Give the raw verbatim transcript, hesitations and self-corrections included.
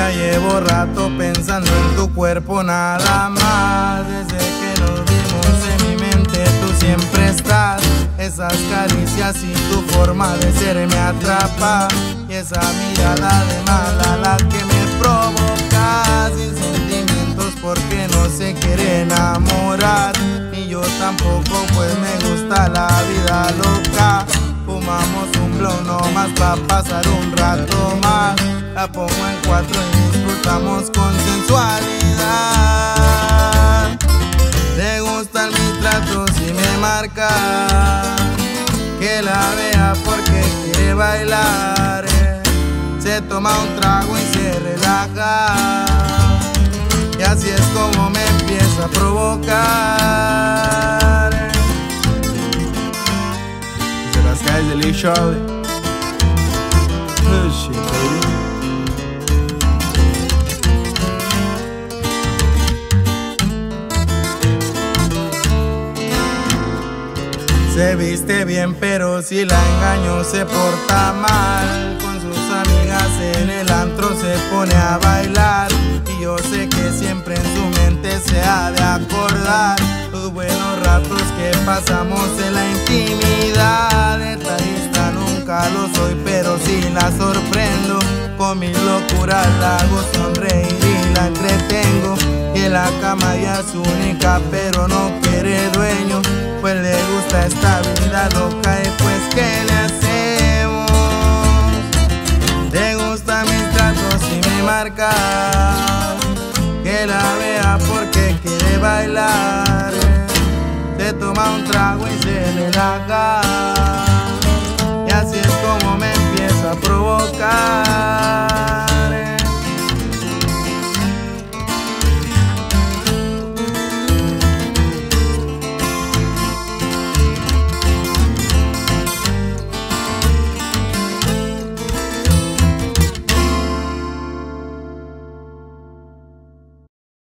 Ya llevo rato pensando en tu cuerpo nada más. Desde que nos vimos en mi mente tú siempre estás. Esas caricias y tu forma de ser me atrapa. Y esa mirada de mala la que me provoca. Sin sentimientos porque no se quiere enamorar. Y yo tampoco, pues me gusta la vida loca. Fumamos un blow nomás pa' pasar un rato más. La pongo en cuatro y disfrutamos con sensualidad. Le gustan mis tratos y me marca. Que la vea porque quiere bailar. Se toma un trago y se relaja. Y así es como me empieza a provocar. The sky's the limit, Charlie. Good shit, baby. Se viste bien, pero si la engaño se porta mal. Con sus amigas en el antro se pone a bailar. Y yo sé que siempre en su mente se ha de acordar los buenos ratos que pasamos en la intimidad. Detallista nunca lo soy, pero sí la sorprendo. Con mis locuras la hago sonreír y la entretengo. Y en la cama ella es única, pero no quiere dueño. Pues le gusta esta vida loca y pues ¿qué le hacemos? Le gustan mis tratos y me marca. Que la vea porque quiere bailar. Se toma un trago y se relaja.